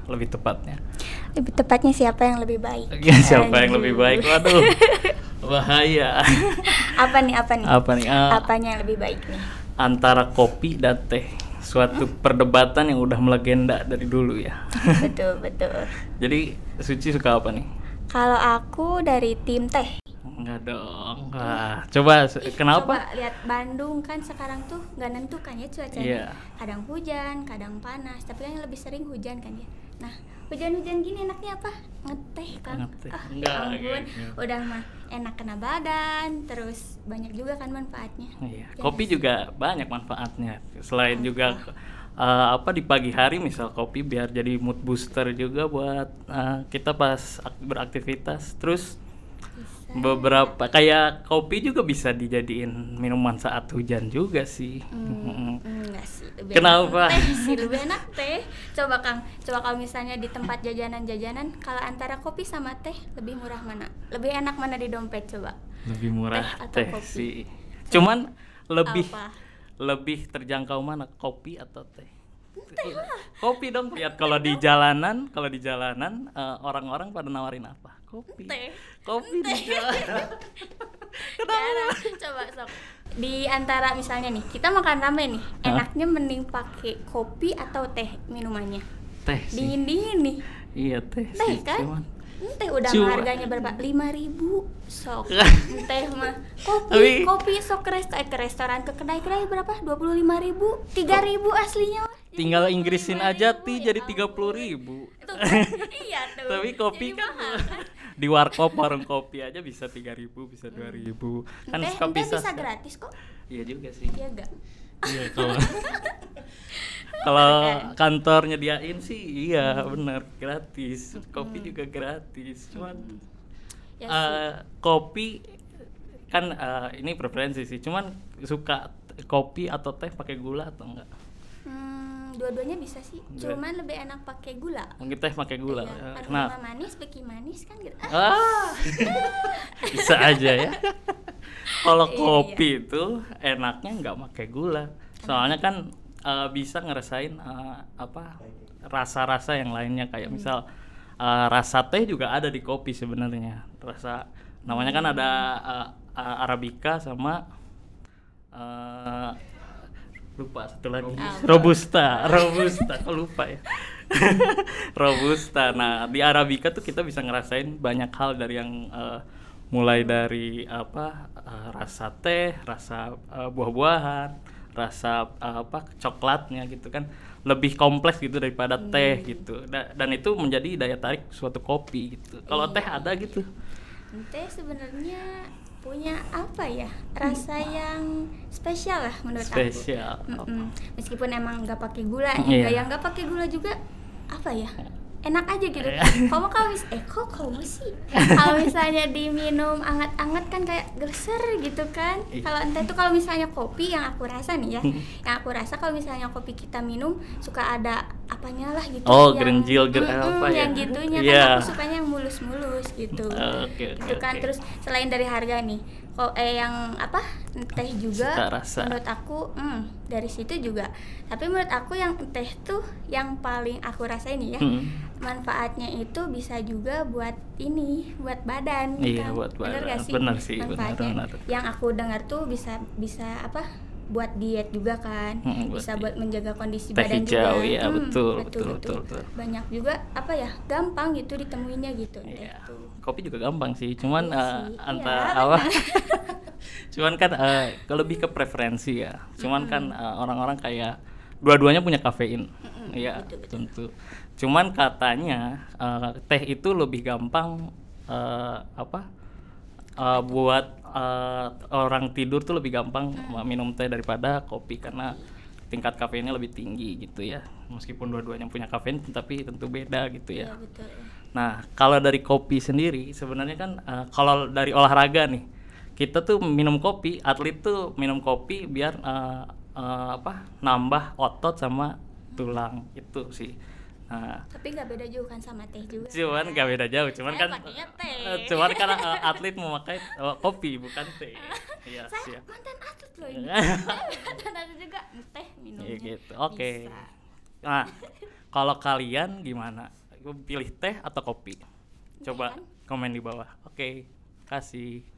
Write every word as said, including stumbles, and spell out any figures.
lebih tepatnya? Lebih tepatnya siapa yang lebih baik? Ya, siapa Anjir. yang lebih baik? Waduh, bahaya. Apa nih, apa nih? Apa nih? Uh, Apanya yang lebih baik nih? Antara kopi dan teh. Suatu hmm? perdebatan yang udah melegenda dari dulu ya. Betul, betul. Jadi Suci suka apa nih? Kalau aku dari tim teh. Enggak dong. Wah, coba Ih, kenapa? Coba lihat Bandung kan sekarang tuh nggak nentu kan ya cuacanya. Yeah. Kadang hujan, kadang panas. Tapi kan yang lebih sering hujan kan ya. Nah, hujan-hujan gini enaknya apa? Ngeteh kan. Ngeteh. Ah, Enggak, ya ampun. gitu. Udah mah enak kena badan, terus banyak juga kan manfaatnya. Iya. Ya, Kopi mas. juga banyak manfaatnya. Selain Apa? juga uh, apa di pagi hari misal kopi biar jadi mood booster juga buat uh, kita pas ak- beraktivitas. Terus Bisa. beberapa kayak kopi juga bisa dijadiin minuman saat hujan juga sih. Hmm, enggak sih. Lebih Kenapa? enak teh sih, lebih enak teh. Coba Kang, coba kalau misalnya di tempat jajanan-jajanan, kalau antara kopi sama teh lebih murah mana? Lebih enak mana di dompet coba? Lebih murah Teh atau teh, kopi? sih. Cuman lebih Apa? lebih terjangkau mana kopi atau teh? Teh lah. Kopi dong. Lihat kalau di jalanan, kalau di jalanan uh, orang-orang pada nawarin apa? Kopi. Teh. Kopi Teh. di jalanan. Jarang. Coba sok. Di antara misalnya nih, kita makan rame nih, Hah? enaknya mending pakai kopi atau teh minumannya? Teh sih. Dingin-dingin nih. Iya teh, Teh sih. kan? Cuman Hmm, teh udah Cuma- mah harganya berapa? lima ribu sok. Teh mah kopi, Tapi- kopi sok ke resto eh, ke restoran ke kedai-kedai berapa? dua puluh lima ribu, tiga ribu aslinya mah. Jadi tinggal dua puluh lima Inggrisin aja ribu, ti ya jadi ampun. tiga puluh ribu. Tuh kan? Iya tuh. Tapi kopi Jadi kan mahal, kan? di warkop warung kopi aja bisa tiga ribu, bisa dua ribu. Kan Teh, suka teh bisa. bisa gratis kok. Iya juga sih. Iya enggak? Iya kalau kalau kantor nyediain sih iya benar gratis. Kopi juga gratis. Cuman Ya eh, sih. kopi kan eh, ini preferensi sih. Cuman suka kopi atau teh pakai gula atau enggak? Hmm, dua-duanya bisa sih. Dua. Cuman lebih enak pakai gula. Mungkin teh pakai gula. Iya, Ya. kan Nah, mama manis, beki manis kan gitu. Ah, ah, bisa aja ya. Kalau Iya, kopi itu enaknya nggak pakai gula. Soalnya kan eh, bisa ngerasain eh, apa rasa-rasa yang lainnya kayak misal eh, rasa teh juga ada di kopi sebenarnya. Rasa namanya kan ada eh, eh, Arabica sama eh, lupa satu lagi Robusta, Robusta, kok lupa ya. Robusta. Nah, di Arabica tuh kita bisa ngerasain banyak hal dari yang eh, mulai dari apa eh, rasa teh, rasa eh, buah-buahan, rasa eh, apa coklatnya gitu kan lebih kompleks gitu daripada teh gitu. Da- dan itu menjadi daya tarik suatu kopi gitu. Kalau Iya. teh ada gitu. Teh sebenarnya punya apa ya, rasa yang spesial lah menurut Spesial. aku. Mm-mm. Meskipun emang nggak pakai gula, Iya. juga yang nggak pakai gula juga apa ya, enak aja gitu. Kamu kalau mis eh kok kamu sih kalau misalnya diminum anget-anget kan kayak geser gitu kan. Iya. Kalau entah itu kalau misalnya kopi yang aku rasa nih ya, yang aku rasa kalau misalnya kopi kita minum suka ada apanya lah gitu. Oh, yang- gerenjil, ger- Mm-mm, apa ya? yang gitunya Iya. kan aku sukanya yang mulus-mulus gitu. Oke, oke, Gitu kan. oke. Terus selain dari harga nih, kok eh yang apa teh juga Cita rasa. menurut aku hmm, dari situ juga. Tapi menurut aku yang teh tuh yang paling aku rasain nih ya, Mm. manfaatnya itu bisa juga buat ini, buat badan. Iya, kan? buat Bener badan. gak sih? Bener sih, bener, Manfaatnya. bener. Yang aku dengar tuh bisa bisa apa? Buat diet juga kan, Mm, buat bisa buat menjaga kondisi Teh badan hijau, juga. iya, Hmm, betul, betul, betul, betul. Banyak juga apa ya, gampang gitu ditemuinya gitu teh Iya. tuh. Kopi juga gampang sih, cuman Iya eh, sih, antara iya, apa? benar. Cuman kan eh, ke lebih ke preferensi ya. Cuman kan eh, orang-orang kayak dua-duanya punya kafein. Iya, betul, betul. tentu. Cuman katanya eh, teh itu lebih gampang eh, apa? eh, buat eh, orang tidur tuh lebih gampang minum teh daripada kopi karena tingkat kafeinnya lebih tinggi gitu ya. Meskipun dua-duanya punya kafein tapi tentu beda gitu ya. Iya betul. Nah, kalau dari kopi sendiri sebenarnya kan uh, kalau dari olahraga nih, kita tuh minum kopi, atlet tuh minum kopi biar uh, uh, apa? Nambah otot sama tulang itu sih. Nah, Tapi nggak beda jauh kan sama teh juga. cuman gak beda jauh, cuman Saya kan pakainya teh. uh, cuman kan uh, atlet memakai uh, kopi bukan teh. Iya, Saya siap. mantan atlet loh ini. Saya mantan atlet juga teh minumnya. Iya gitu. Oke. Bisa. Nah, kalau kalian gimana? Pilih teh atau kopi? Coba kan? komen di bawah. Oke, kasih.